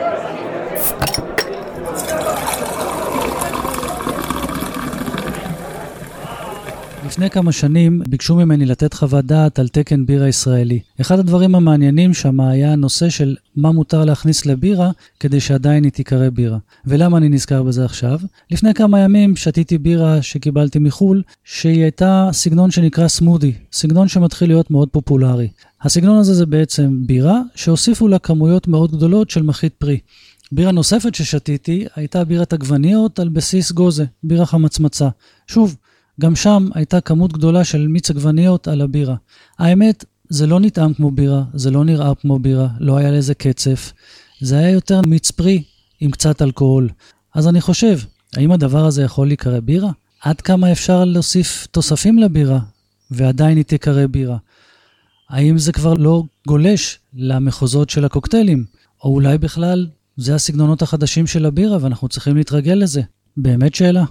לפני כמה שנים ביקשו ממני לתת חוות דעת על תקן בירה ישראלי. אחד הדברים המעניינים שם היה הנושא של מה מותר להכניס לבירה כדי שעדיין היא תיקרא בירה. ולמה אני נזכר בזה עכשיו? לפני כמה ימים שתיתי בירה שקיבלתי מחול, שהיא הייתה סגנון שנקרא סמודי, סגנון שמתחיל להיות מאוד פופולרי. הסגנון הזה זה בעצם בירה שהוסיפו לה כמויות מאוד גדולות של מחית פרי. בירה נוספת ששתיתי הייתה בירת עגבניות על בסיס גוזה, בירה חמצמצה. שוב, גם שם הייתה כמות גדולה של מיץ עגבניות על הבירה. האמת, זה לא נטעם כמו בירה, זה לא נראה כמו בירה, לא היה לזה קצף. זה היה יותר מיץ פרי עם קצת אלכוהול. אז אני חושב, האם הדבר הזה יכול להיקרא בירה? עד כמה אפשר להוסיף תוספים לבירה, ועדיין היא תיקרא בירה? האם זה כבר לא גולש למחוזות של הקוקטיילים? או אולי בכלל זה הסגנונות החדשים של הבירה, ואנחנו צריכים להתרגל לזה? באמת שאלה.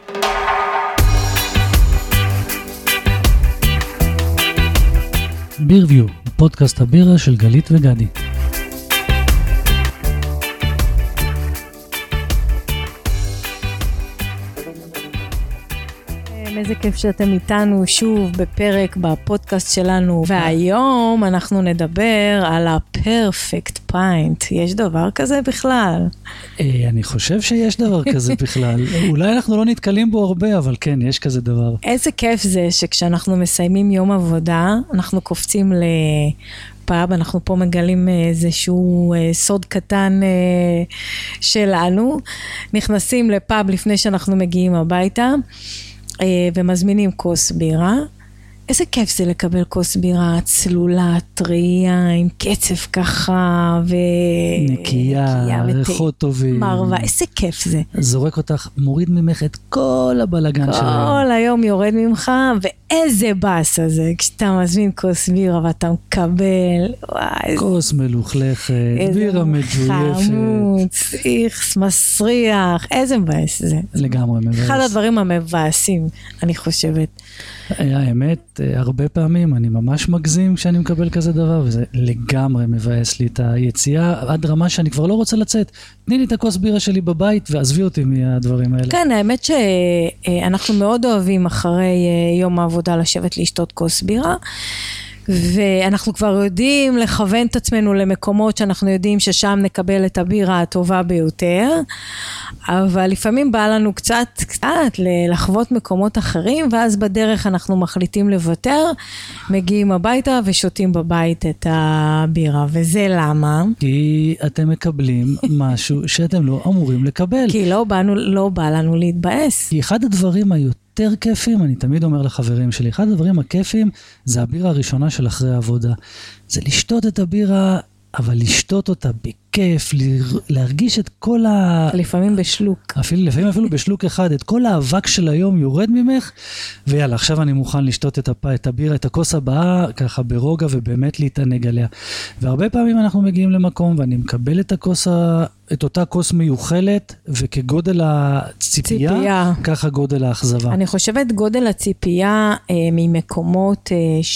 בירביו, פודקאסט הבירה של גלית וגדי. איזה כיף שאתם איתנו שוב בפרק בפודקאסט שלנו, והיום אנחנו נדבר על הפרפקט פיינט. יש דבר כזה בכלל? אני חושב שיש דבר כזה בכלל. אולי אנחנו לא נתקלים בו הרבה, אבל כן, יש כזה דבר. איזה כיף זה שכשאנחנו מסיימים יום עבודה, אנחנו קופצים לפאב, אנחנו פה מגלים איזשהו סוד קטן שלנו, נכנסים לפאב לפני שאנחנו מגיעים הביתה, ומזמינים כוס בירה. איזה כיף זה לקבל כוס בירה צלולה, טריה, עם קצב ככה, נקייה, ריחות טובים. מרווה, איזה כיף זה. זורק אותך, מוריד ממך את כל הבלגן שלהם. כל היום יורד ממך, ואיזה בס הזה, כשאתה מזמין כוס בירה ואתה מקבל, וואי. כוס מלוכלכת, בירה מג'ויפת. חמוץ, איכס, מסריח, איזה בס זה. לגמרי מבאס. אחד הדברים המבאסים, אני חושבת. האמת, הרבה פעמים אני ממש מגזים כשאני מקבל כזה דבר, וזה לגמרי מבאס לי את היציאה, עד רמה שאני כבר לא רוצה לצאת. תני לי את הכוס בירה שלי בבית, ועזבי אותי מהדברים האלה. כן, האמת שאנחנו מאוד אוהבים אחרי יום העבודה לשבת לשתות כוס בירה, ואנחנו כבר יודעים לכוון את עצמנו למקומות שאנחנו יודעים ששם נקבל את הבירה הטובה ביותר, אבל לפעמים בא לנו קצת לחוות מקומות אחרים, ואז בדרך אנחנו מחליטים לוותר, מגיעים הביתה ושותים בבית את הבירה, וזה למה? כי אתם מקבלים משהו שאתם לא אמורים לקבל. כי לא בא לנו להתבאס. כי אחד הדברים יותר כיפים, אני תמיד אומר לחברים שלי, אחד הדברים הכיפים זה הבירה הראשונה של אחרי העבודה. זה לשתות את הבירה, אבל לשתות אותה בכיף, להרגיש את כל לפעמים בשלוק. לפעמים אפילו בשלוק אחד, את כל האבק של היום יורד ממך, ויאללה, עכשיו אני מוכן לשתות את הבירה, את הכוס הבאה, ככה ברוגע ובאמת להתענג עליה. והרבה פעמים אנחנו מגיעים למקום, ואני מקבל את אותה כוס מיוחלת, וכגודל הציפייה, ככה גודל האכזבה. אני חושבת גודל הציפייה ממקומות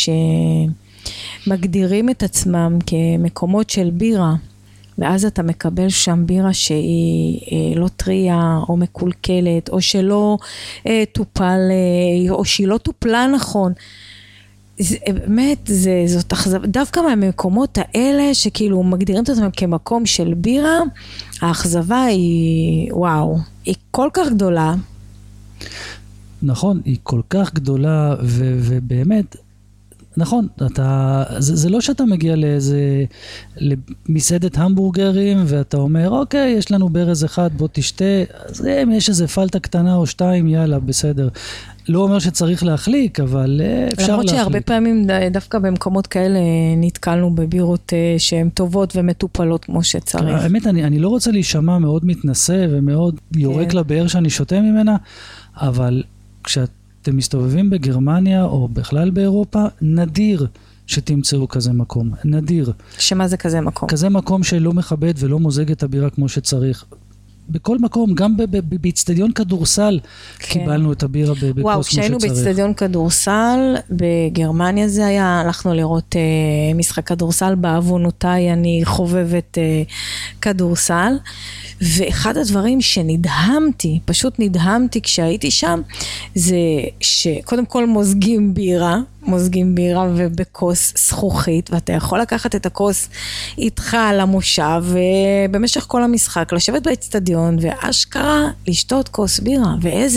מגדירים את עצמם כמקומות של בירה, ואז אתה מקבל שם בירה שהיא לא טריה או מקולקלת, או שלא טופל, או שהיא לא טופלה נכון. באמת, זאת אכזבה, דווקא מהמקומות האלה שכאילו מגדירים את עצמם כמקום של בירה, האכזבה היא, וואו, היא כל כך גדולה. נכון, היא כל כך גדולה, ובאמת, נכון, זה לא שאתה מגיע למסעדת המבורגרים, ואתה אומר, אוקיי, יש לנו ברז אחד, בוא תשתה, אז אם יש איזה פלטה קטנה או שתיים, יאללה, בסדר. לא אומר שצריך להחליק, אבל אפשר להחליק. למרות שהרבה פעמים, דווקא במקומות כאלה, נתקלנו בבירות שהן טובות ומטופלות כמו שצריך. האמת, אני לא רוצה להישמע מאוד מתנשא, ומאוד יורק לבאר שאני שותה ממנה, אבל אתם מסתובבים בגרמניה או בכלל באירופה, נדיר שתמצאו כזה מקום, נדיר. שמה זה כזה מקום? כזה מקום שלא מכבד ולא מוזג את הבירה כמו שצריך. בכל מקום, גם באצטדיון כדורסל, קיבלנו את הבירה בכוס כמו שצריך. וואו, כשהיינו באצטדיון כדורסל, בגרמניה זה היה, הלכנו לראות משחק כדורסל, בעוונותיי אני חובבת כדורסל, ואחד הדברים שנדהמתי, פשוט נדהמתי כשהייתי שם, זה שקודם כל מוזגים בירה ובכוס זכוכית, ואתה יכול לקחת את הכוס איתך למושב, ובמשך כל המשחק לשבת באצטדיון, ואשכרה לשתות כוס בירה,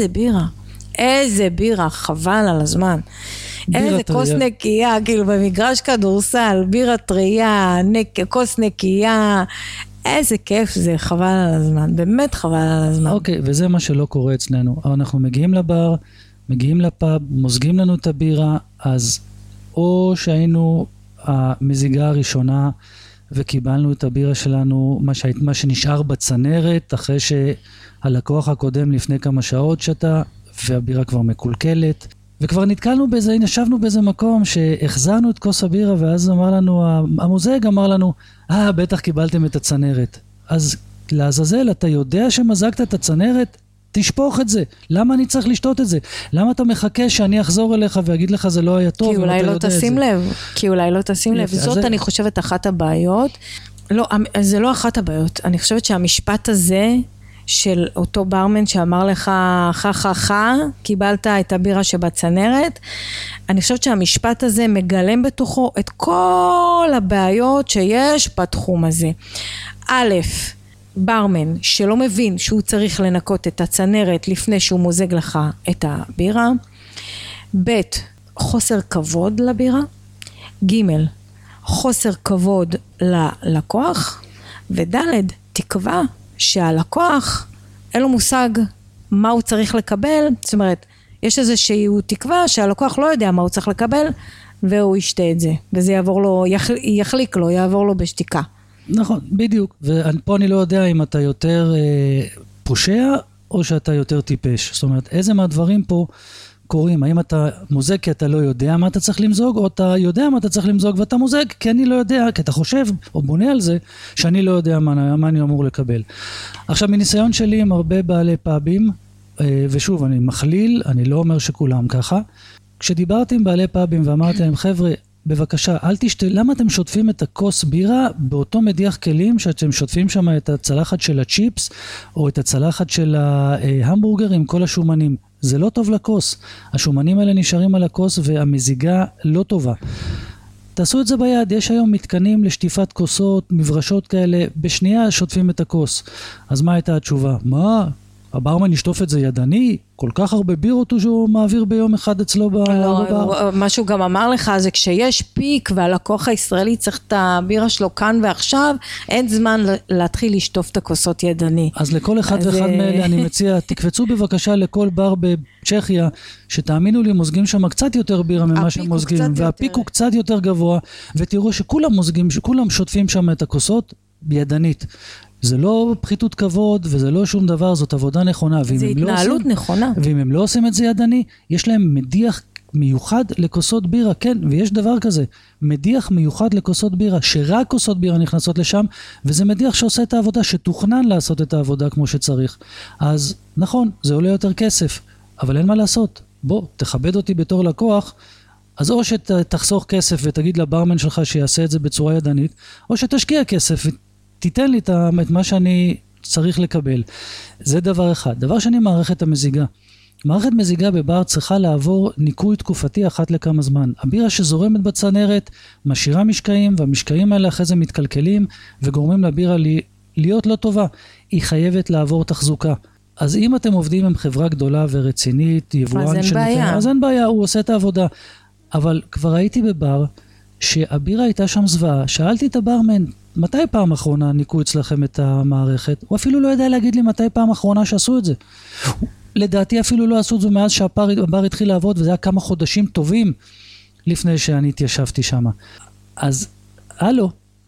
איזה בירה, חבל על הזמן. איזה כוס נקייה, כאילו במגרש כדורסל, בירה טריה, כוס נקייה, איזה כיף זה, חבל על הזמן, באמת חבל על הזמן. אוקיי, וזה מה שלא קורה אצלנו. אנחנו מגיעים לבר, מגיעים לפאב, מוזגים לנו את הבירה, אז או שהיינו המזיגה הראשונה, וקיבלנו את הבירה שלנו, מה שנשאר בצנרת, אחרי שהלקוח הקודם לפני כמה שעות שתה, והבירה כבר מקולקלת. וכבר נתקלנו בזה, ישבנו באיזה מקום שהחזרנו את כוס הבירה, ואז אמר לנו, המוזג אמר לנו, בטח קיבלתם את הצנרת. אז לעזאזל, אתה יודע שמזגת את הצנרת? תשפוך את זה. למה אני צריך לשתות את זה? למה אתה מחכה שאני אחזור אליך ואגיד לך זה לא היה טוב? כי אולי לא תשים לב. כי אולי לא תשים לב. זאת אני חושבת אחת הבעיות. לא, זה לא אחת הבעיות. אני חושבת שהמשפט הזה של אותו ברמן שאמר לך קיבלת את הבירה שבצנרת, אני חושבת שהמשפט הזה מגלם בתוכו את כל הבעיות שיש בתחום הזה. א', ברמן שלא מבין שהוא צריך לנקות את הצנרת לפני שהוא מוזג לך את הבירה, ב', חוסר כבוד לבירה, ג', חוסר כבוד ללקוח, וד', תקווה שהלקוח אין לו מושג מה הוא צריך לקבל, זאת אומרת, יש איזשהו תקווה שהלקוח לא יודע מה הוא צריך לקבל, והוא ישתה את זה, וזה יעבור לו, יחליק לו, יעבור לו בשתיקה. נכון, בדיוק, ופה אני לא יודע אם אתה יותר פושע, או שאתה יותר טיפש, זאת אומרת, איזה מהדברים פה קורים, האם אתה מוזג כי אתה לא יודע מה אתה צריך למזוג, או אתה יודע מה אתה צריך למזוג ואתה מוזג כי אני לא יודע, כי אתה חושב או בונה על זה שאני לא יודע מה אני אמור לקבל. עכשיו מניסיון שלי עם הרבה בעלי פאבים, ושוב אני מכליל, אני לא אומר שכולם ככה, כשדיברתי עם בעלי פאבים ואמרתי להם חבר'ה, בבקשה, אל תשתה, למה אתם שוטפים את הכוס בירה באותו מדיח כלים שאתם שוטפים שם את הצלחת של הצ'יפס או את הצלחת של ההמבורגר עם כל השומנים? זה לא טוב לכוס. השומנים האלה נשארים על הכוס והמזיגה לא טובה. תעשו את זה ביד, יש היום מתקנים לשטיפת כוסות, מברשות כאלה, בשנייה שוטפים את הכוס. אז מה הייתה התשובה? מה? הברמן ישטוף את זה ידני? כל כך הרבה בירות שהוא מעביר ביום אחד אצלו בבר? מה שהוא גם אמר לך זה כשיש פיק והלקוח הישראלי צריך את הבירה שלו כאן ועכשיו, אין זמן להתחיל לשטוף את הכוסות ידני. אז לכל אחד ואחד מאלה אני מציע, תקפצו בבקשה לכל בר בצ'כיה, שתאמינו לי מוזגים שם קצת יותר בירה ממה שהם מוזגים, והפיק הוא קצת יותר גבוה, ותראו שכולם מוזגים, שכולם שוטפים שם את הכוסות ידנית. זה לא פחיתות כבוד, וזה לא שום דבר, זאת עבודה נכונה. זה התנהלות נכונה. ואם הם לא עושים את זה ידני, יש להם מדיח מיוחד לכוסות בירה, כן, ויש דבר כזה, מדיח מיוחד לכוסות בירה, שרק כוסות בירה נכנסות לשם, וזה מדיח שעושה את העבודה, שתוכנן לעשות את העבודה כמו שצריך. אז נכון, זה עולה יותר כסף, אבל אין מה לעשות. בוא, תכבד אותי בתור לקוח, אז או שתחסוך כסף ותגיד לברמן שלך שיעשה את זה בצורה ידנית, או שתשקיע כסף תיתן לי את מה שאני צריך לקבל. זה דבר אחד. דבר שני, מערכת המזיגה. מערכת מזיגה בבר צריכה לעבור ניקוי תקופתי אחת לכמה זמן. הבירה שזורמת בצנרת משאירה משקעים, והמשקעים האלה אחרי זה מתקלקלים וגורמים לבירה להיות לא טובה. היא חייבת לעבור תחזוקה. אז אם אתם עובדים עם חברה גדולה ורצינית, יבואן אז אין בעיה, הוא עושה את העבודה. אבל כבר הייתי בבר שהבירה הייתה שם זוועה, שאלתי את הברמן, מתי פעם אחרונה ניקו אצלכם את המערכת? הוא אפילו לא יודע להגיד לי מתי פעם אחרונה שעשו את זה. לדעתי אפילו לא עשו את זה מאז שהבר התחיל לעבוד, וזה היה כמה חודשים טובים לפני שאני התיישבתי שם. אז, הלו,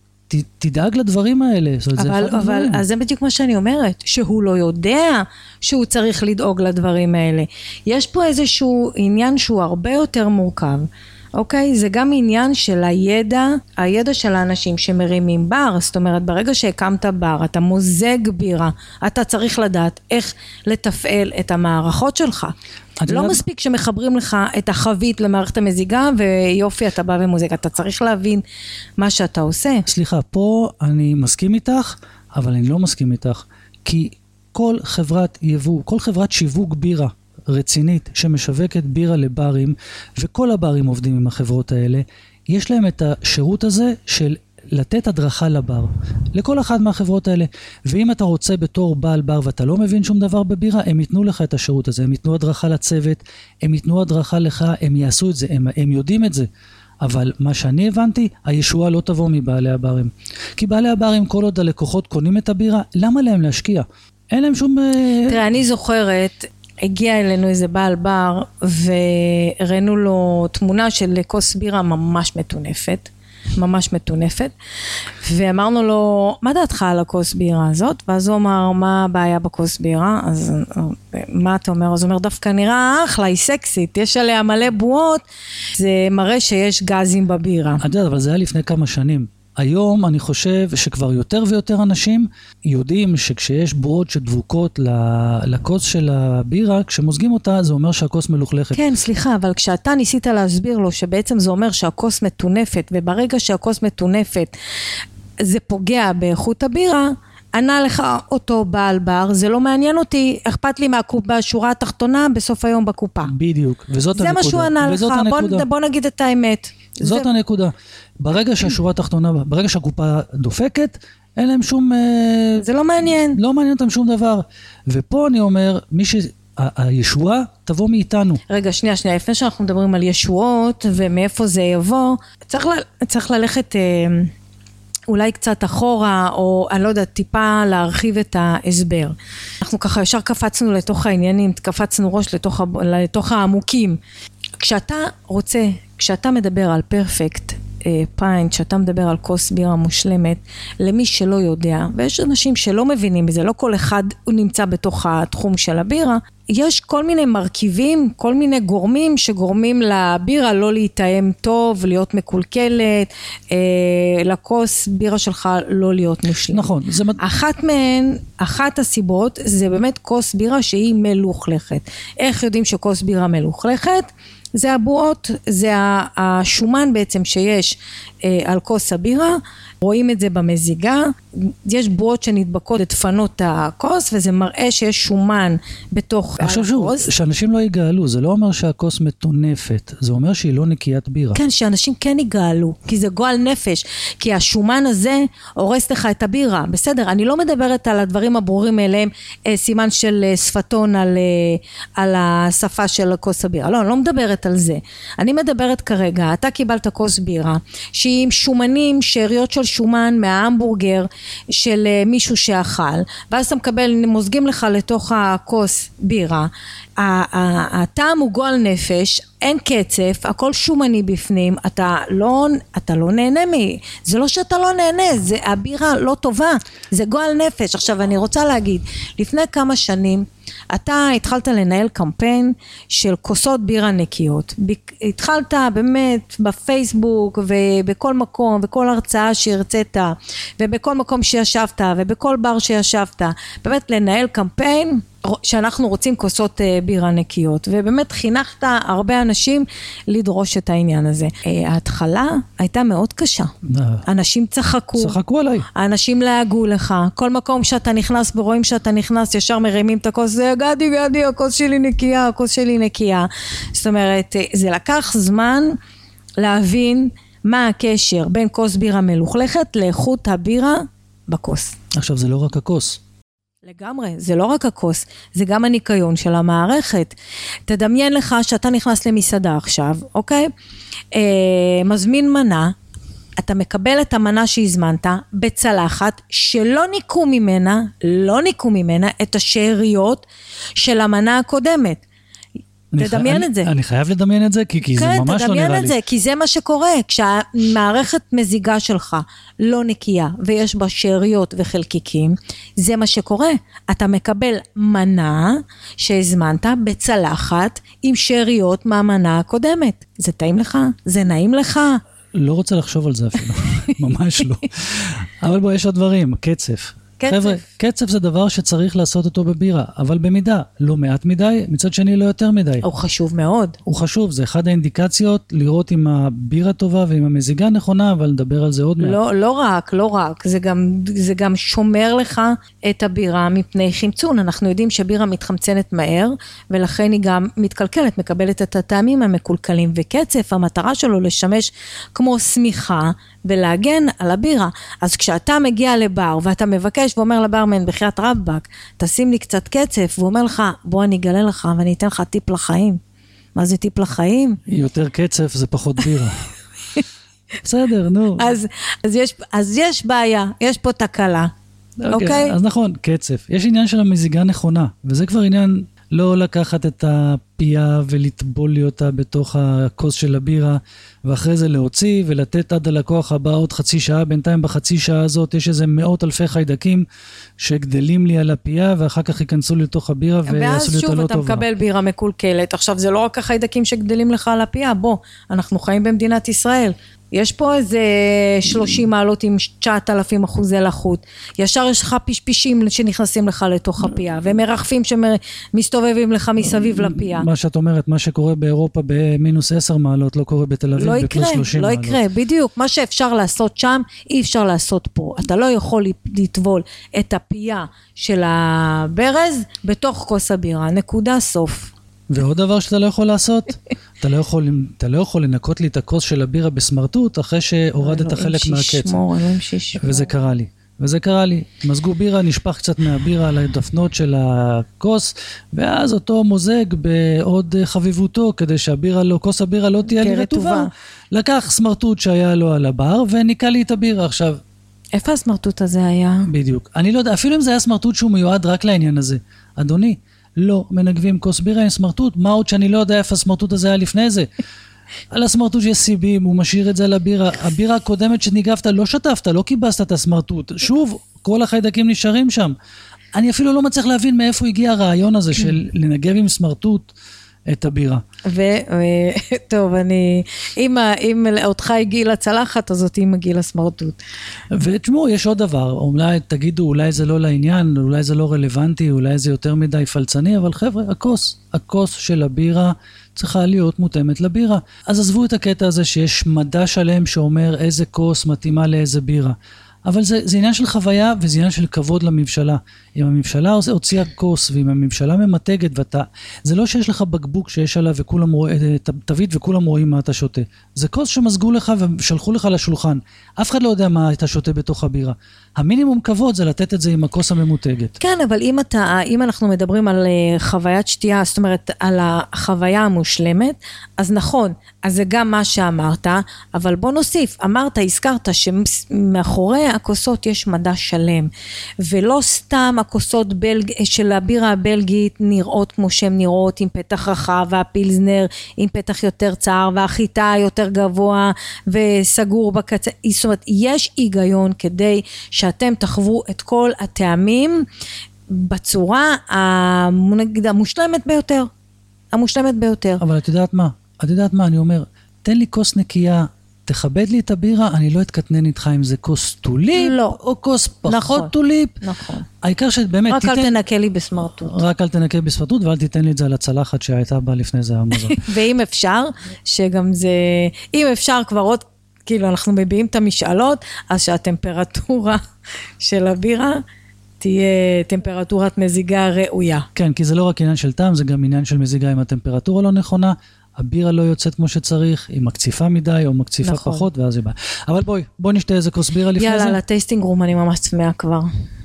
תדאג לדברים האלה. אבל אז זה בדיוק מה שאני אומרת, שהוא לא יודע שהוא צריך לדאוג לדברים האלה. יש פה איזשהו עניין שהוא הרבה יותר מורכב. אוקיי? זה גם עניין של הידע של האנשים שמרימים בר, זאת אומרת, ברגע שהקמת בר, אתה מוזג בירה, אתה צריך לדעת איך לתפעל את המערכות שלך. לא מספיק שמחברים לך את החבית למערכת המזיגה, ויופי, אתה בא ומוזג, אתה צריך להבין מה שאתה עושה. סליחה, פה אני מסכים איתך, אבל אני לא מסכים איתך, כי כל חברת יבוא, כל חברת שיווק בירה רצינית שמשווקת בירה לברים, וכל הברים עובדים עם החברות האלה, יש להם את השירות הזה של לתת הדרכה לבר, לכל אחד מהחברות האלה. ואם אתה רוצה בתור בעל בר ואתה לא מבין שום דבר בבירה, הם ייתנו לך את השירות הזה, הם ייתנו הדרכה לצוות, הם ייתנו הדרכה לך, הם יעשו את זה, הם יודעים את זה. אבל מה שאני הבנתי, הישועה לא תבוא מבעלי הברים. כי בעלי הברים, כל עוד הלקוחות קונים את הבירה, למה להם להשקיע? אין להם שום... תראה, אני זוכרת, הגיע אלינו איזה בעל בר, וראינו לו תמונה של כוס בירה ממש מטונפת, ואמרנו לו, מה דעתך על הכוס בירה הזאת? ואז הוא אמר, מה הבעיה בכוס בירה? אז מה אתה אומר? אז הוא אומר, דווקא נראה אחלה, היא סקסית, יש עליה מלא בועות, זה מראה שיש גזים בבירה. את יודעת, אבל זה היה לפני כמה שנים. היום אני חושב שכבר יותר ויותר אנשים יודעים שכשיש בועות שדבוקות לכוס של הבירה, כשמוזגים אותה זה אומר שהכוס מלוכלכת. כן, סליחה, אבל כשאתה ניסית להסביר לו שבעצם זה אומר שהכוס מטונפת, וברגע שהכוס מטונפת זה פוגע באיכות הבירה, ענה לך אותו בעל בר, זה לא מעניין אותי, אכפת לי מהקופה, השורה התחתונה בסוף היום בקופה. בדיוק, וזאת הנקודה. זה מה שהוא ענה לך, בוא נגיד את האמת. זאת הנקודה. ברגע שהשורה התחתונה, ברגע שהקופה דופקת, אין להם שום... זה לא מעניין. לא מעניין אותם שום דבר. ופה אני אומר, הישועה תבוא מאיתנו. רגע, שנייה, לפני שאנחנו מדברים על ישועות, ומאיפה זה יבוא, צריך ללכת... אולי קצת אחורה, או אני לא יודעת, טיפה להרחיב את ההסבר. אנחנו ככה ישר קפצנו לתוך העניינים, קפצנו ראש לתוך העמוקים. כשאתה מדבר על פרפקט פיינט, כשאתה מדבר על כוס בירה מושלמת, למי שלא יודע, ויש אנשים שלא מבינים בזה, לא כל אחד הוא נמצא בתוך התחום של הבירה, יש כל מיני מרכיבים, כל מיני גורמים שגורמים לבירה לא להתאם טוב, להיות מקולקלת, לכוס בירה שלך לא להיות מושלמת. נכון. אחת הסיבות זה באמת כוס בירה שהיא מלוכלכת. איך יודעים שכוס בירה מלוכלכת? זה הבועות, זה השומן בעצם שיש על כוס הבירה, רואים את זה במזיגה, יש בועות שנדבקות לדפנות הכוס, וזה מראה שיש שומן בתוך הכוס. שאנשים לא יגאלו, זה לא אומר שהכוס מטונפת, זה אומר שהיא לא נקיית בירה. כן, שאנשים כן יגאלו, כי זה גועל נפש, כי השומן הזה הורס לך את הבירה, בסדר, אני לא מדברת על הדברים הברורים אליהם, סימן של שפתון על השפה של כוס הבירה, לא, אני לא מדברת על זה, אני מדברת כרגע, אתה קיבלת כוס בירה, שהיא עם שומנים, שאריות של שומן מההמבורגר של מישהו שאכל, ואז אתה מקבל, מוזגים לך לתוך הכוס בירה, הטעם הוא גועל נפש, אין קצף, הכל שומני בפנים, אתה לא נהנה זה לא שאתה לא נהנה, זה הבירה לא טובה, זה גועל נפש. עכשיו אני רוצה להגיד, לפני כמה שנים, אתה התחלת לנהל קמפיין של כוסות בירה נקיות, התחלת באמת בפייסבוק ובכל מקום, בכל הרצאה שהרצית, ובכל מקום שישבת, ובכל בר שישבת, באמת לנהל קמפיין, שאנחנו רוצים כוסות בירה נקיות, ובאמת חינכת הרבה אנשים לדרוש את העניין הזה. ההתחלה הייתה מאוד קשה. אנשים צחקו עליי. האנשים להגו לך. כל מקום שאתה נכנס ורואים שאתה נכנס, ישר מרימים את הכוס, גדי, הכוס שלי נקייה. זאת אומרת, זה לקח זמן להבין מה הקשר בין כוס בירה מלוכלכת לאיכות הבירה בכוס. עכשיו, זה לא רק הכוס. לגמרי, זה לא רק הכוס, זה גם הניקיון של המערכת. תדמיין לך שאתה נכנס למסעדה עכשיו, אוקיי? מזמין מנה, אתה מקבל את המנה שהזמנת בצלחת שלא ניקו ממנה את השאריות של המנה הקודמת. תדמיין את זה. אני חייב לדמיין את זה, כי זה ממש לא נראה לי. כן, תדמיין את זה, כי זה מה שקורה, כשהמערכת מזיגה שלך לא נקייה, ויש בה שאריות וחלקיקים, זה מה שקורה. אתה מקבל מנה שהזמנת בצלחת עם שאריות מהמנה הקודמת. זה טעים לך? זה נעים לך? לא רוצה לחשוב על זה אפילו, ממש לא. אבל בוא, יש עוד דברים, קצף. חבר'ה, קצף זה דבר שצריך לעשות אותו בבירה, אבל במידה, לא מעט מדי, מצד שני לא יותר מדי. הוא חשוב מאוד. הוא חשוב, זה אחד האינדיקציות לראות אם הבירה טובה ועם המזיגה נכונה, אבל נדבר על זה עוד מעט. לא רק, זה גם שומר לך את הבירה מפני חמצון. אנחנו יודעים שבירה מתחמצנת מהר, ולכן היא גם מתקלקלת, מקבלת את הטעמים המקולקלים, וקצף, המטרה שלו לשמש כמו סמיכה, ולהגן על הבירה. אז כשאתה מגיע לבר, ואתה מבקש ואומר לברמן, בחיית רבק, תשים לי קצת קצף, והוא אומר לך, בוא אני אגלה לך, ואני אתן לך טיפ לחיים. מה זה טיפ לחיים? יותר קצף זה פחות בירה. בסדר, נו. אז יש בעיה, יש פה תקלה. אוקיי? אז נכון, קצף. יש עניין של המזיגה נכונה, וזה כבר עניין לא לקחת את הפייה ולטבול לי אותה בתוך הכוס של הבירה, ואחרי זה להוציא ולתת עד הלקוח הבא עוד חצי שעה. בינתיים בחצי שעה הזאת יש איזה מאות אלפי חיידקים שגדלים לי על הפייה, ואחר כך ייכנסו לתוך הבירה ויעשו לי אותה לא טובה. ואז שוב אתה מקבל בירה מקולקלת. עכשיו זה לא רק החיידקים שגדלים לך על הפייה, בוא, אנחנו חיים במדינת ישראל. יש פה איזה 30 מעלות עם 9,000% לחות. ישר יש לך פשפישים שנכנסים לך לתוך הפייה, ומרחפים שמסתובבים לך מסביב לפייה. מה שאת אומרת, מה שקורה באירופה במינוס 10 מעלות, לא קורה בתל אביב בפלוס 30 מעלות. לא יקרה, בדיוק. מה שאפשר לעשות שם, אי אפשר לעשות פה. אתה לא יכול לטבול את הפייה של הברז בתוך כוס הבירה. נקודה סוף. ועוד דבר שאתה לא יכול לעשות, אתה לא יכול לנקות לי את הכוס של הבירה בסמרטוט, אחרי שהורדת חלק מהקצף. וזה קרה לי. מזגו בירה, נשפך קצת מהבירה על הדפנות של הכוס, ואז אותו מוזג בעוד חביבותו, כדי כוס הבירה לא תהיה לי רטובה. לקח סמרטוט שהיה לו על הבר, וניקה לי את הבירה. עכשיו, איפה הסמרטוט הזה היה? בדיוק. אני לא יודע, אפילו אם זה היה סמרטוט שהוא מיועד רק לעניין הזה. אדוני, לא מנגבים כוס בירה עם סמרטוט, מה עוד שאני לא יודע איפה הסמרטוט הזה היה לפני זה. על הסמרטוט יש סיבים, הוא משאיר את זה לבירה. הבירה הקודמת שניגבת, לא שטפת, לא קיבסת את הסמרטוט. שוב, כל החיידקים נשארים שם. אני אפילו לא מצליח להבין מאיפה הגיע הרעיון הזה של לנגב עם סמרטוט את הבירה. טוב, אם אותך הגיע לצלחת, אז אותי מגיע לסמרטוט. ותשמעו, יש עוד דבר, אולי תגידו, אולי זה לא לעניין, אולי זה לא רלוונטי, אולי זה יותר מדי פלצני, אבל חבר'ה, הכוס של הבירה צריכה להיות מותאמת לבירה. אז עזבו את הקטע הזה שיש מדע שלם שאומר איזה כוס מתאימה לאיזה בירה. אבל זה עניין של חוויה, וזה עניין של כבוד לממשלה. אם הממשלה הוציאה כוס, ואם הממשלה ממתגת, זה לא שיש לך בקבוק שיש עליו תווית וכולם רואים מה אתה שותה. זה כוס שמזגו לך ושלחו לך לשולחן. אף אחד לא יודע מה אתה שותה בתוך הבירה. המינימום כבוד זה לתת את זה עם הכוס הממותגת. כן, אבל אם אנחנו מדברים על חוויית שתייה, זאת אומרת, על החוויה המושלמת, אז נכון, אז זה גם מה שאמרת, אבל בוא נוסיף, הזכרת שמאחורי הכוסות יש מדע שלם, ולא סתם הכוסות של הבירה הבלגית נראות כמו שהן נראות, עם פתח רחב, והפילזנר עם פתח יותר צר, והחיטה יותר גבוה וסגור בקצה. זאת אומרת, יש היגיון כדי שאתם תחוו את כל הטעמים בצורה המושלמת ביותר. המושלמת ביותר. אבל את יודעת מה? אני אומר, תן לי כוס נקייה, תכבד לי את הבירה, אני לא אתקטנן איתך אם זה כוס טוליפ, לא. או כוס פחות טוליפ. נכון. העיקר שבאמת רק אל תנקה לי בסמרטוט. רק אל תנקה בסמרטוט, ואל תיתן לי את זה על הצלחת שהייתה בה לפני זה המוזר. ואם אפשר, שגם זה, אם אפשר כבר עוד, כאילו אנחנו מביאים את המשאלות, אז שהטמפרטורה של הבירה תהיה טמפרטורת מזיגה ראויה. כן, כי זה לא רק עניין של טעם, זה גם עניין של מזיגה עם הטמפרטורה לא נכונה, הבירה לא יוצאת כמו שצריך, היא מקציפה מדי או מקציפה נכון. פחות, ואז היא באה. אבל בואי נשתה איזה כוס בירה לפני זה. יאללה, לטייסטינג רום אני ממש צמאה כבר.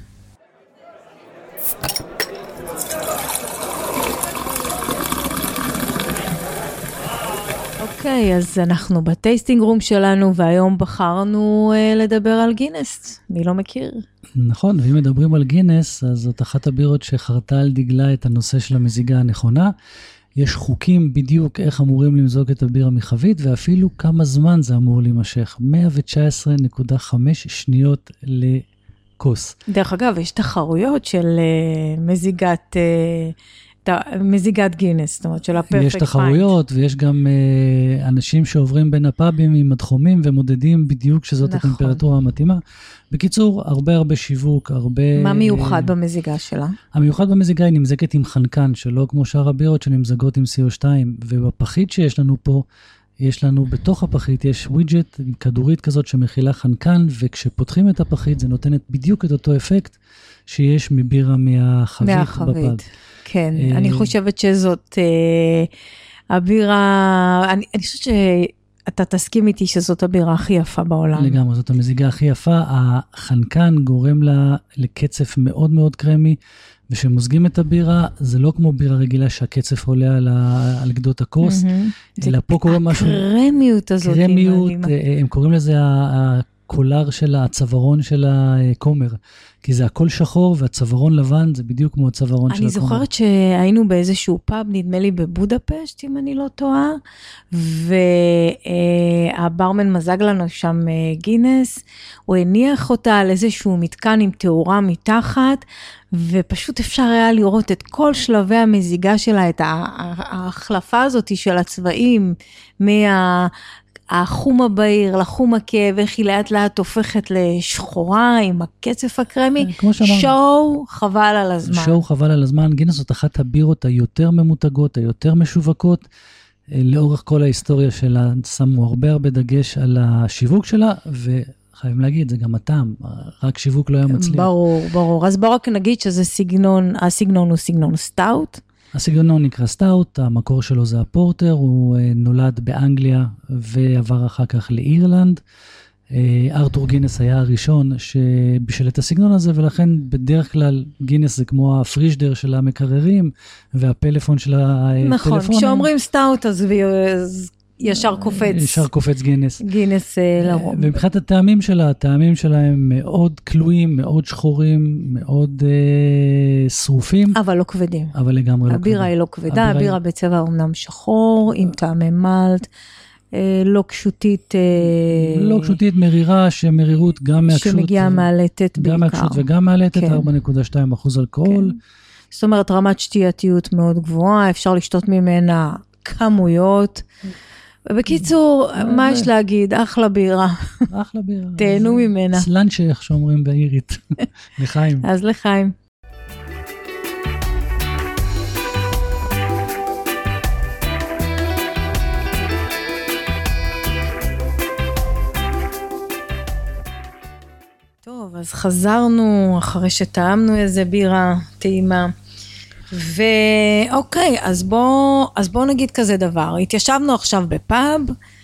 אוקיי, אז אנחנו בטייסטינג רום שלנו, והיום בחרנו לדבר על גינס. מי לא מכיר? נכון, ואם מדברים על גינס, אז זאת אחת הבירות שחרתה על דגלה את הנושא של המזיגה הנכונה. יש חוקים בדיוק איך אמורים למזוג את הבירה מחבית, ואפילו כמה זמן זה אמור להימשך. 119.5 שניות לכוס. דרך אגב, יש תחרויות של מזיגת גינס, זאת אומרת, של הפרפקט יש תחרויות, ויש גם אנשים שעוברים בין הפאבים עם הדחומים, ומודדים בדיוק שזאת נכון. הטמפרטורה המתאימה. בקיצור, הרבה שיווק, הרבה... מה מיוחד במזיגה שלה? המיוחד במזיגה היא נמזגת עם חנקן, שלא כמו שאר הבירות שנמזגות עם CO2, ובפחית שיש לנו פה, יש לנו בתוך הפחית, יש ווידג'ט, כדורית כזאת שמכילה חנקן, וכשפותחים את הפחית זה נותנת בדיוק את אותו אפקט שיש מבירה מהחבית בפאב. כן, אני חושבת שזאת הבירה, אני חושבת שאתה תסכים איתי שזאת הבירה הכי יפה בעולם. לגמרי, זאת המזיגה הכי יפה, החנקן גורם לה לקצף מאוד מאוד קרמי, ושמוזגים את הבירה, זה לא כמו בירה רגילה שהקצף עולה על גדות הכוס, אלא פה קורה משהו... הקרמיות הזאת. קרמיות, הם קוראים לזה הקולר של הצווארון של הכומר, כי זה הכל שחור, והצווארון לבן זה בדיוק כמו הצווארון של הכומר. אני זוכרת שהיינו באיזשהו פאב, נדמה לי בבודפשט, אם אני לא טועה, והברמן מזג לנו שם גינס, הוא הניח אותה על איזשהו מתקן עם תאורה מתחת, ופשוט אפשר היה לראות את כל שלבי המזיגה שלה, את ההחלפה הזאת של הצבעים, החום הבהיר לחום הכאב, איך היא לאט לאט הופכת לשחורה עם הקצף הקרמי, שואו חבל על הזמן. שואו חבל על הזמן, גינס זאת אחת הבירות היותר ממותגות, היותר משווקות, לאורך כל ההיסטוריה שלה, שמו הרבה דגש על השיווק שלה, וחייבים להגיד, זה גם הטעם, רק שיווק לא היה מצליח. ברור, אז בואו רק נגיד שזה הסגנון הוא סגנון סטאוט, הסגנון נקרא סטאוט, המקור שלו זה הפורטר, הוא נולד באנגליה ועבר אחר כך לאירלנד. ארתור גינס היה הראשון שבשל את הסגנון הזה, ולכן בדרך כלל גינס זה כמו הפרישדר של המקררים, והפלאפון של הטלפונים. נכון, כשאומרים סטאוט אז ישר קופץ גינס. גינס לרוב. ומבחינת הטעמים שלה, הטעמים שלה הם מאוד כלואים, מאוד שחורים, מאוד שרופים. אבל לא כבדים. אבל לגמרי לא כבדים. הבירה היא לא כבדה, הבירה בצבע אומנם שחור, עם טעמי מלט, לא קשותית. לא קשותית, מרירה, שמרירות גם מהקשות. שמגיעה מעלתת בעיקר. גם מהקשות וגם מעלתת, 4.2% אלכוהול. זאת אומרת, רמת שתייתיות מאוד גבוהה, אפשר לשתות ממנה כמויות. ובקיצור, מה יש להגיד? אחלה בירה. אחלה בירה. תהנו ממנה. סלנצ'ה, איך שאומרים באירית. לחיים. אז לחיים. טוב, אז חזרנו אחרי שטעמנו איזה בירה טעימה. ואוקיי, אז בוא נגיד כזה דבר, התיישבנו עכשיו בפאב,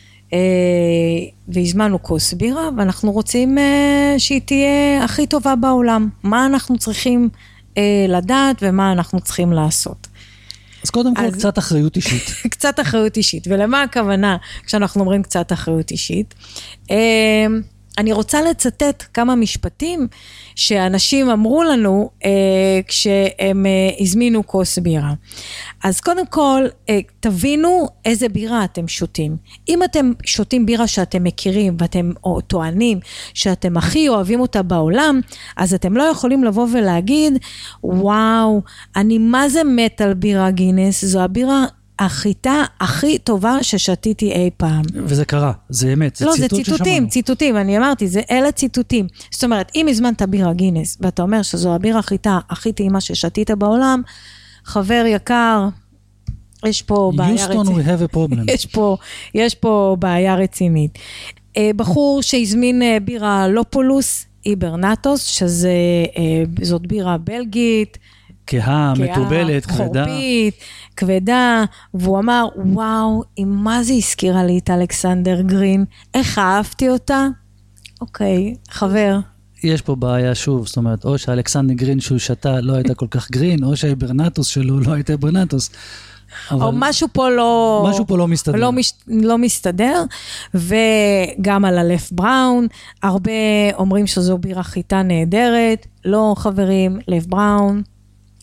והזמנו כוס בירה, ואנחנו רוצים שהיא תהיה הכי טובה בעולם. מה אנחנו צריכים לדעת, ומה אנחנו צריכים לעשות. אז קודם כל, קצת אחריות אישית. קצת אחריות אישית, ולמה הכוונה כשאנחנו אומרים קצת אחריות אישית? אני רוצה לצטט כמה משפטים שאנשים אמרו לנו כשהם הזמינו כוס בירה. אז קודם כל, תבינו איזה בירה אתם שותים. אם אתם שותים בירה שאתם מכירים ואתם טוענים שאתם הכי אוהבים אותה בעולם, אז אתם לא יכולים לבוא ולהגיד, וואו, אני מה זה מת על בירה גינס, זו הבירה החיטה הכי טובה ששתיתי אי פעם. וזה קרה, זה אמת, זה ציטוט ששמענו. לא, זה ציטוטים, אני אמרתי, אלה ציטוטים. זאת אומרת, אם הזמנת בירה גינס, ואתה אומר שזו הבירה החיטה הכי טעימה ששתית בעולם, חבר יקר, יש פה בעיה רצינית. Houston, we have a problem. יש פה בעיה רצינית. בחור שהזמין בירה לופולוס, איברנטוס, שזאת בירה בלגית, כהה, מתובלת, כבדה. חורפית, כבדה, והוא אמר, וואו, מה זה הזכירה לי את אלכסנדר גרין? איך אהבתי אותה? אוקיי, חבר. יש פה בעיה שוב, זאת אומרת, או שאלכסנדר גרין שהוא שתה לא הייתה כל כך גרין, או שהאיברנטוס שלו לא הייתה איברנטוס. או משהו פה לא מסתדר. לא מסתדר, וגם על הלף בראון, הרבה אומרים שזו בירה חיטה נהדרת, לא חברים, לף בראון,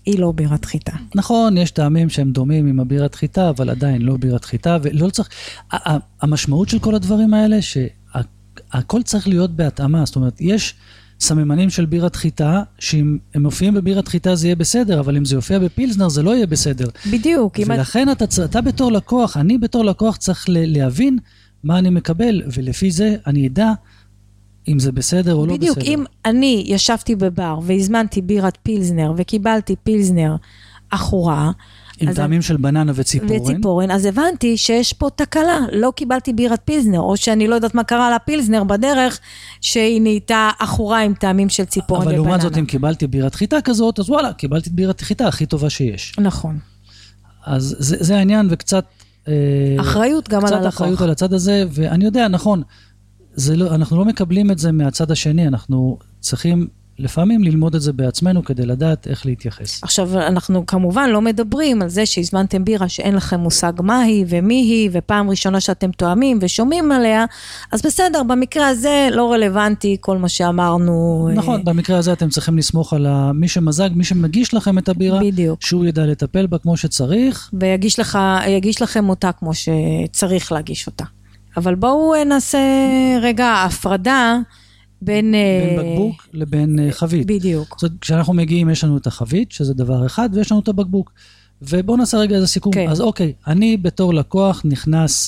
היא לא בירת חיטה. נכון, יש טעמים שהם דומים עם הבירת חיטה, אבל עדיין לא בירת חיטה, ולא צריך, המשמעות של כל הדברים האלה, שהכל צריך להיות בהתאמה, זאת אומרת, יש סממנים של בירת חיטה, שאם הם מופיעים בבירת חיטה זה יהיה בסדר, אבל אם זה יופיע בפילסנר זה לא יהיה בסדר. בדיוק. ולכן אתה בתור לקוח, אני בתור לקוח צריך להבין מה אני מקבל, ולפי זה אני אדע אם זה בסדר או לא בסדר. בדיוק, אם אני ישבתי בבר והזמנתי בירת פילסנר וקיבלתי פילסנר אחורה, עם טעמים של בננה וציפורן. אז הבנתי שיש פה תקלה, לא קיבלתי בירת פילסנר, או שאני לא יודעת מה קרה לפילסנר בדרך, שהיא נהייתה אחורה עם טעמים של ציפורן ובננה. אבל לעומת זאת, אם קיבלתי בירת חיטה כזאת, אז וואלה, קיבלתי בירת חיטה הכי טובה שיש. נכון. אז זה העניין, וקצת אחריות גם על הלקוח. קצת אחריות על הצד הזה, ואני יודע, נכון, אנחנו לא מקבלים את זה מהצד השני, אנחנו צריכים לפעמים ללמוד את זה בעצמנו כדי לדעת איך להתייחס. עכשיו, אנחנו כמובן לא מדברים על זה שהזמנתם בירה שאין לכם מושג מה היא ומי היא, ופעם ראשונה שאתם תואמים ושומעים עליה, אז בסדר, במקרה הזה לא רלוונטי כל מה שאמרנו. נכון, במקרה הזה אתם צריכים לסמוך על מי שמזג, מי שמגיש לכם את הבירה, בדיוק. שהוא ידע לטפל בה כמו שצריך. ויגיש לכם אותה כמו שצריך להגיש אותה. אבל בואו נעשה רגע הפרדה, בין בקבוק לבין חבית. בדיוק. זאת, כשאנחנו מגיעים, יש לנו את החבית, שזה דבר אחד, ויש לנו את הבקבוק. ובואו נעשה רגע איזה סיכום. כן. אז אוקיי, אני בתור לקוח נכנס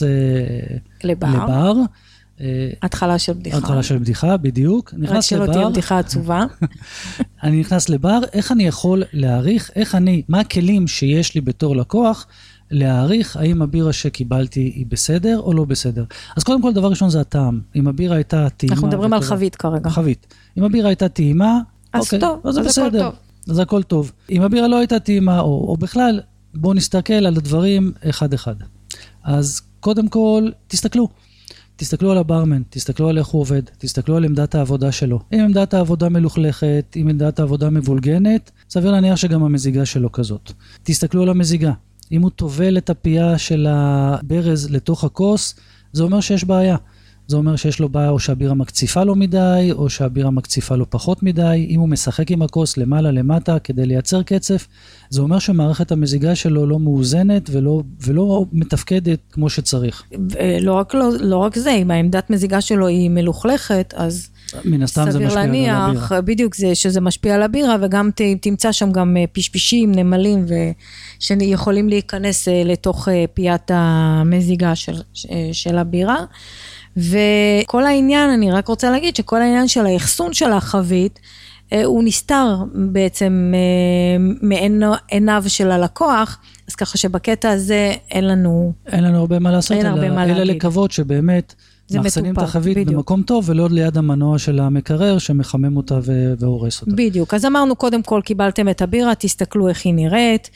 לבר. התחלה של בדיחה. התחלה של בדיחה, בדיוק. רק שלא תהיה בדיחה עצובה. אני נכנס לבר, איך אני יכול להעריך, מה הכלים שיש לי בתור לקוח, להעריך האם הבירה שקיבלתי היא בסדר או לא בסדר. אז קודם כל, דבר ראשון זה הטעם. אם הבירה הייתה טעימה... אנחנו מדברים על חבית כרגע. חבית. אם הבירה הייתה טעימה, אוקיי, טוב, אז זה בסדר. הכל טוב. אז הכל טוב. אם הבירה לא הייתה טעימה, או בכלל, בואו נסתכל על הדברים אחד-אחד. אז קודם כל, תסתכלו על הברמן, תסתכלו על איך הוא עובד, תסתכלו על עמדת העבודה שלו. אם עמדת העבודה מלוכלכת, אם עמדת העבודה מבולגנת, סביר להניח שגם המזיגה שלו כזאת. תסתכלו על המזיגה. אם הוא טובל את הפייה של הברז לתוך הכוס, זה אומר שיש בעיה. זה אומר שיש לו בעיה או שהבירה מקציפה לו מדי, או שהבירה מקציפה לו פחות מדי. אם הוא משחק עם הכוס למעלה למטה כדי לייצר קצף, זה אומר שמערכת המזיגה שלו לא מאוזנת ולא מתפקדת כמו שצריך. לא רק זה, אם העמדת מזיגה שלו היא מלוכלכת, אז מן הסתם זה משפיע על הבירה. בדיוק זה שזה משפיע על הבירה, וגם תמצא שם גם פשפשים, נמלים, שיכולים להיכנס לתוך פיית המזיגה של הבירה. וכל העניין, אני רק רוצה להגיד שכל העניין של האחסון של החבית, הוא נסתר בעצם מעיניו של הלקוח, אז ככה שבקטע הזה אין לנו הרבה מה לעשות, אלא לקוות שבאמת מאחסנים את החבית במקום טוב, ולא ליד המנוע של המקרר שמחמם אותה והורס אותה. בדיוק, אז אמרנו קודם כל קיבלתם את הבירה, תסתכלו איך היא נראית,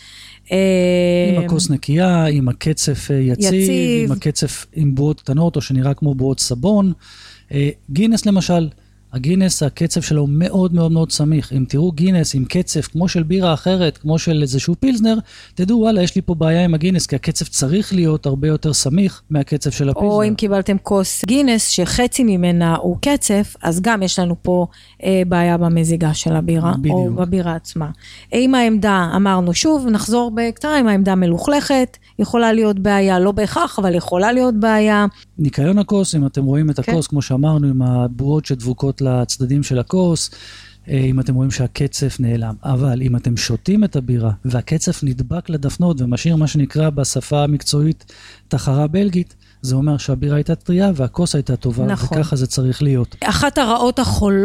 עם הכוס נקייה, עם הקצף יציב, עם הקצף עם בועות קטנות, או שנראה כמו בועות סבון. גינס למשל, הגינס, הקצף שלו מאוד מאוד מאוד סמיך. אם תראו גינס עם קצף כמו של בירה אחרת, כמו של איזשהו פילסנר, תדעו, וואלה, יש לי פה בעיה עם הגינס, כי הקצף צריך להיות הרבה יותר סמיך מהקצף של הפילסנר. או אם קיבלתם כוס גינס, שחצי ממנה הוא קצף, אז גם יש לנו פה בעיה במזיגה של הבירה, בדיוק. או בבירה עצמה. עם העמדה, אמרנו שוב, נחזור בקצרה, עם העמדה מלוכלכת, יכולה להיות בעיה, לא בהכרח, אבל יכולה להיות בעיה. ניקיון הכוס, אם אתם רואים את הכוס, כמו שאמרנו, עם הבועות שדבוקות לצדדים של הכוס, אם אתם רואים שהקצף נעלם. אבל אם אתם שותים את הבירה, והקצף נדבק לדפנות, ומשאיר מה שנקרא בשפה המקצועית תחרה בלגית, זה אומר שהבירה הייתה טריה, והכוס הייתה טובה, נכון. וככה זה צריך להיות. אחת הרעות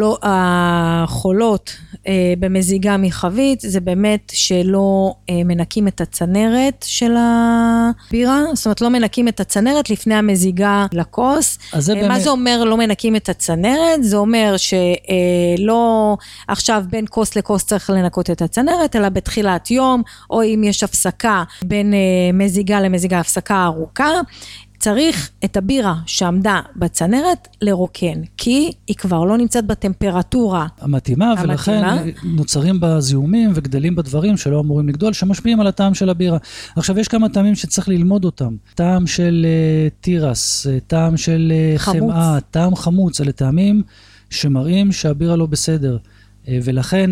החולות במזיגה מחבית, זה באמת שלא מנקים את הצנרת של הבירה, זאת אומרת לא מנקים את הצנרת לפני המזיגה לכוס. מה זה אומר לא מנקים את הצנרת? זה אומר שלא עכשיו בין כוס לכוס צריך לנקות את הצנרת, אלא בתחילת יום, או אם יש הפסקה בין מזיגה למזיגה, הפסקה ארוכה, צריך את הבירה שעמדה בצנרת לרוקן, כי היא כבר לא נמצאת בטמפרטורה המתאימה, ולכן נוצרים בה זיהומים וגדלים בדברים שלא אמורים לגדול, שמשפיעים על הטעם של הבירה. עכשיו, יש כמה טעמים שצריך ללמוד אותם. טעם של תירס, טעם של חמאה, טעם חמוץ, אלה טעמים שמראים שהבירה לא בסדר. ולכן,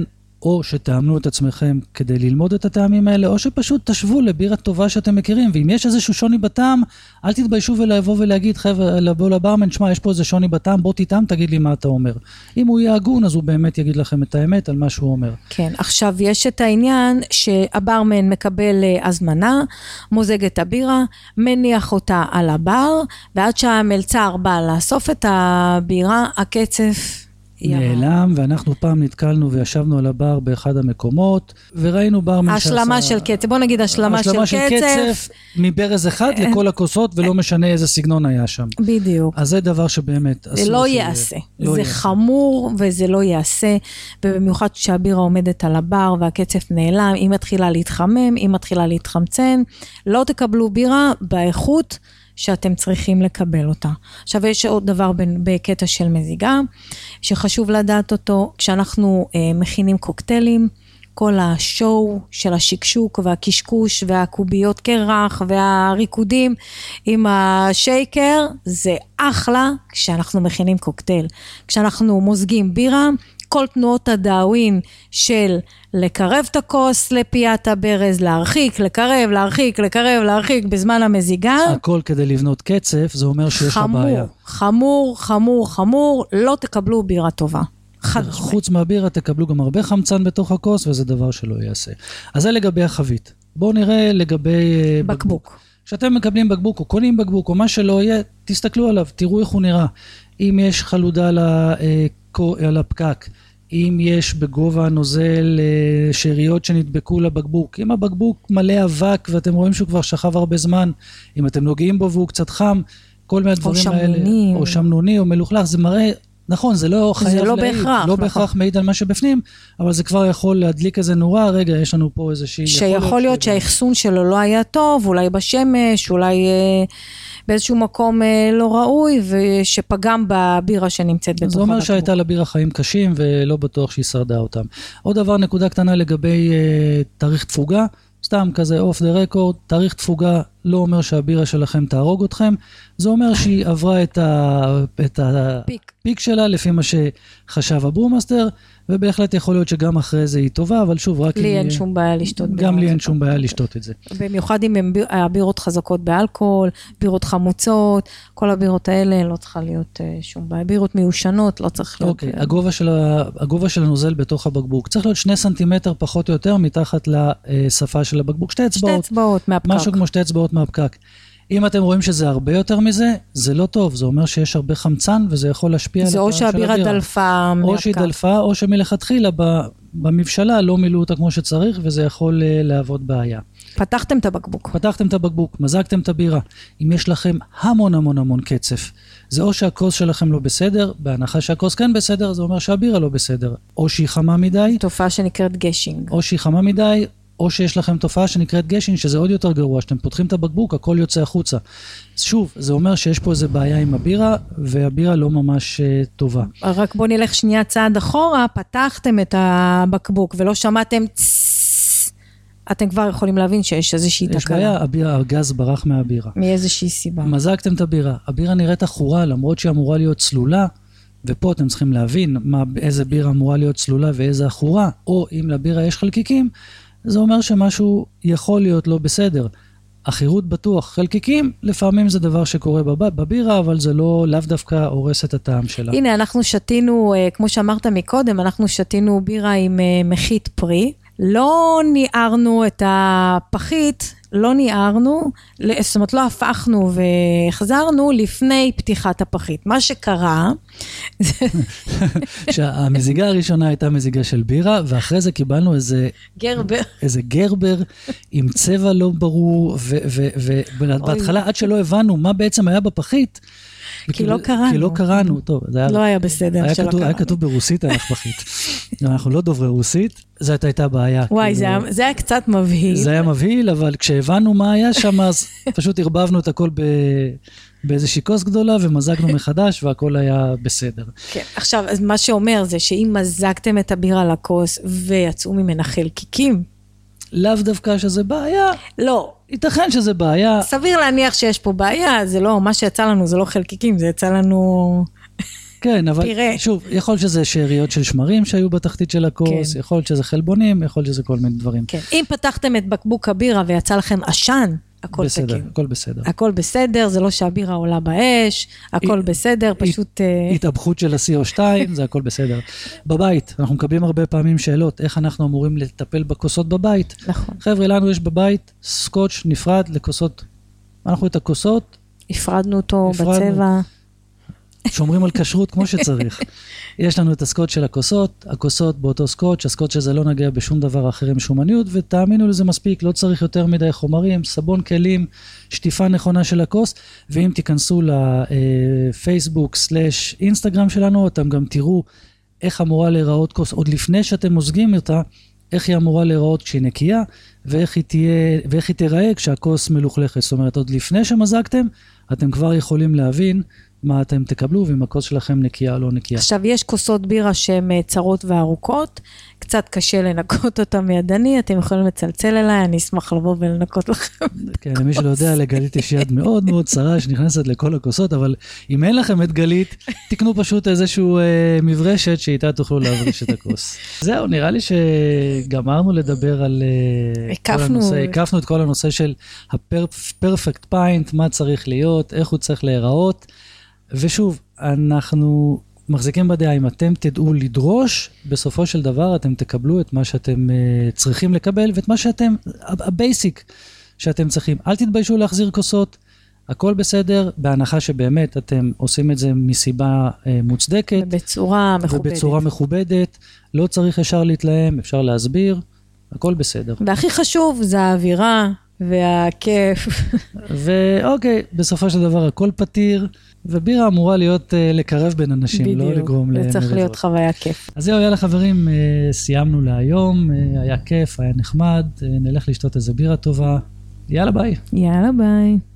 או שתאמנו את עצמכם כדי ללמוד את הטעמים האלה, או שפשוט תשבו לבירה טובה שאתם מכירים, ואם יש איזשהו שוני בטעם, אל תתביישו ולבוא ולהגיד, חבר'ה, לבוא לברמן, שמע, יש פה איזה שוני בטעם, בוא תטעם, תגיד לי מה אתה אומר. אם הוא יהיה הגון, אז הוא באמת יגיד לכם את האמת על מה שהוא אומר. כן, עכשיו יש את העניין שהברמן מקבל הזמנה, מוזג את הבירה, מניח אותה על הבר, ועד שהמלצר בא לאסוף את הבירה, הקצף נעלם, ואנחנו פעם נתקלנו וישבנו על הבר באחד המקומות, וראינו ברמן השלמה של קצף, בוא נגיד השלמה של קצף. מברז אחד לכל הכוסות, ולא משנה איזה סגנון היה שם. בדיוק. אז זה דבר שבאמת זה לא יעשה. זה חמור וזה לא יעשה, ובמיוחד שהבירה עומדת על הבר והקצף נעלם, היא מתחילה להתחמם, היא מתחילה להתחמצן, לא תקבלו בירה באיכות שאתם צריכים לקבל אותה. עכשיו יש עוד דבר בקטע של מזיגה, שחשוב לדעת אותו, כשאנחנו מכינים קוקטיילים, כל השואו של השקשוק והקשקוש והקוביות קרח והריקודים עם השייקר, זה אחלה כשאנחנו מכינים קוקטייל. כשאנחנו מוזגים בירה, כל תנועות הדאווין של לקרב את הכוס לפיית הברז, להרחיק, לקרב, להרחיק, לקרב, להרחיק בזמן המזיגה. הכל כדי לבנות קצף, זה אומר שיש לה בעיה. חמור, חמור, חמור, לא תקבלו בירה טובה. חוץ מהבירה תקבלו גם הרבה חמצן בתוך הכוס, וזה דבר שלא יעשה. אז זה לגבי החבית. בואו נראה לגבי בקבוק. כשאתם מקבלים בקבוק או קונים בקבוק או מה שלא יהיה, תסתכלו עליו, תראו איך הוא נראה. אם יש חלודה על הפקק, אם יש בגובה הנוזל שאריות שנדבקו לבקבוק, אם הבקבוק מלא אבק ואתם רואים שהוא כבר שכב הרבה זמן, אם אתם נוגעים בו והוא קצת חם, כל מהדברים האלה, או שמנוני או מלוכלך, זה מראה, נכון, זה לא חייב להעיד, לא בהכרח מעיד על מה שבפנים, אבל זה כבר יכול להדליק איזה נורה, רגע, יש לנו פה איזושהי... שיכול להיות שהאחסון שלו לא היה טוב, אולי בשמש, אולי באיזשהו מקום לא ראוי, ושפגם בבירה שנמצאת בתוך הבקבוק. זה אומר שהייתה לבירה חיים קשים, ולא בטוח שהיא שרדה אותם. עוד דבר, נקודה קטנה לגבי תאריך תפוגה, סתם כזה אוף דה רקורד, תאריך תפוגה לא אומר שהבירה שלכם תהרוג אתכם, זה אומר שהיא עברה את הפיק שלה, לפי מה שחשב הברומאסטר, ובהחלט יכול להיות שגם אחרי זה היא טובה, אבל שוב, רק לי אין שום בעיה לשתות. גם לי אין שום בעיה לשתות את זה. במיוחד אם הבירות חזקות באלכוהול, בירות חמוצות, כל הבירות האלה לא צריכה להיות שום בעיה. בירות מיושנות לא צריך להיות... אוקיי, הגובה של הנוזל בתוך הבקבוק, צריך להיות 2 סנטימטר פחות או יותר מתחת לשפה של הבקבוק, 2 אצבעות. 2 אצבעות מהפקק. משהו כמו 2 אצבעות מהפקק. אם אתם רואים שזה הרבה יותר מזה, זה לא טוב, זה אומר שיש הרבה חמצן, וזה יכול להשפיע על הטעם של הבירה. זה או שהבירה דלפה מהפקק. או שהיא דלפה, או שמלכתחילה במבשלה לא מילאו אותה כמו שצריך, וזה יכול להוות בעיה. פתחתם את הבקבוק. פתחתם את הבקבוק, מזגתם את הבירה. אם יש לכם המון המון המון קצף, זה או שהכוס שלכם לא בסדר, בהנחה שהכוס כן בסדר, זה אומר שהבירה לא בסדר. או שהיא חמה מדי. תופעה שנקראת גשינג. או שהיא חמה מדי, או שיש לכם תופעה שנקראת גשינג, שזה עוד יותר גרוע, שאתם פותחים את הבקבוק, הכל יוצא החוצה. שוב, זה אומר שיש פה איזה בעיה עם הבירה, והבירה לא ממש טובה. רק בוא נלך שנייה צעד אחורה, פתחתם את הבקבוק, ולא שמעתם אתם כבר יכולים להבין שיש איזושהי תקלה. יש בעיה, הגז ברח מהבירה. מאיזושהי סיבה. מזגתם את הבירה. הבירה נראית אחורה, למרות שהיא אמורה להיות צלולה, ופה אתם צריכים להבין איזה בירה אמורה להיות צלולה ואיזה אחורה, או אם לבירה יש חלקיקים, זה אומר שמשהו יכול להיות לא בסדר. אחירות בטוח, חלקיקים, לפעמים זה דבר שקורה בבירה, אבל זה לאו דווקא הורס את הטעם שלה. הנה, אנחנו שתינו, כמו שאמרת מקודם, אנחנו שתינו בירה עם מחית פרי, לא ניערנו את הפחית, לא ניערנו, זאת אומרת לא הפכנו והחזרנו לפני פתיחת הפחית. מה שקרה... שהמזיגה הראשונה הייתה מזיגה של בירה, ואחרי זה קיבלנו איזה גרבר עם צבע לא ברור, ובהתחלה עד שלא הבנו מה בעצם היה בפחית, כי לא קראנו. כי לא קראנו, טוב. לא היה בסדר שלא קראנו. היה כתוב ברוסית על הפחית. אנחנו לא דוברי רוסית, זאת הייתה בעיה. וואי, זה היה קצת מבהיל. זה היה מבהיל, אבל כשהבנו מה היה שם, אז פשוט הרבבנו את הכל באיזושהי כוס גדולה, ומזגנו מחדש, והכל היה בסדר. כן, עכשיו, מה שאומר זה שאם מזגתם את הבירה לכוס, ויצאו ממנה חלקיקים, לאו דווקא שזה בעיה. לא. ייתכן שזה בעיה. סביר להניח שיש פה בעיה, זה לא, מה שיצא לנו זה לא חלקיקים, זה יצא לנו... כן, אבל שוב, יכול שזה שאריות של שמרים שהיו בתחתית של הכוס, יכול להיות שזה חלבונים, יכול להיות שזה כל מיני דברים. כן, אם פתחתם את בקבוק הבירה ויצא לכם עשן, הכל בסדר, תקין. הכל בסדר. הכל בסדר, זה לא שהבירה עולה באש, הכל בסדר, פשוט... התאבכות של ה-CO2, זה הכל בסדר. בבית, אנחנו מקבלים הרבה פעמים שאלות, איך אנחנו אמורים לטפל בכוסות בבית. נכון. חבר'ה, לנו יש בבית סקוץ' נפרד לכוסות. אנחנו את הכוסות... הפרדנו אותו בצבע. שומרים על כשרות כמו שצריך. יש לנו את הסקוץ' של הכוסות באותו סקוץ', הסקוץ' הזה לא נגע בשום דבר אחר עם שומניות, ותאמינו לזה מספיק, לא צריך יותר מדי חומרים, סבון כלים, שטיפה נכונה של הכוס, ואם תיכנסו לפייסבוק/אינסטגרם שלנו, אתם גם תראו איך אמורה להיראות כוס, עוד לפני שאתם מוזגים אותה, איך היא אמורה להיראות כשהיא נקייה, ואיך היא תיראה כשהכוס מלוכלכת. זאת אומרת, עוד לפני שמזגתם, אתם כבר יכולים להבין מה אתם תקבלו, ואם הכוס שלכם נקייה או לא נקייה. עכשיו, יש כוסות בירה שהן צרות וארוכות, קצת קשה לנקות אותם מידני, אתם יכולים לצלצל אליי, אני אשמח לבוא ולנקות לכם. כן, למי שלא יודע, לגלית יש יד מאוד מאוד צרה שנכנסת לכל הכוסות, אבל אם אין לכם את גלית, תקנו פשוט איזשהו מברשת שאיתה תוכלו להבריש את הכוס. זהו, נראה לי שגמרנו לדבר על הקפנו את כל הנושא של ה-perfect pint, מה צריך להיות, איך הוא צריך להיראות, ושוב, אנחנו מחזיקים בדעה, אם אתם תדעו לדרוש, בסופו של דבר אתם תקבלו את מה שאתם צריכים לקבל, ואת מה שאתם, הבייסיק שאתם צריכים. אל תתביישו להחזיר כוסות, הכל בסדר, בהנחה שבאמת אתם עושים את זה מסיבה מוצדקת. ובצורה מכובדת. לא צריך ישר להתלהם, אפשר להסביר, הכל בסדר. והכי חשוב זה האווירה והכיף. ואוקיי, בסופו של דבר הכל פתיר, ובירה אמורה להיות לקרב בין אנשים, בדיוק, לא לגרום למריבות. זה צריך להיות חוויה כיף. אז זהו, יאללה חברים, סיימנו להיום, היה כיף, היה נחמד, נלך לשתות איזה בירה טובה. יאללה ביי. יאללה ביי.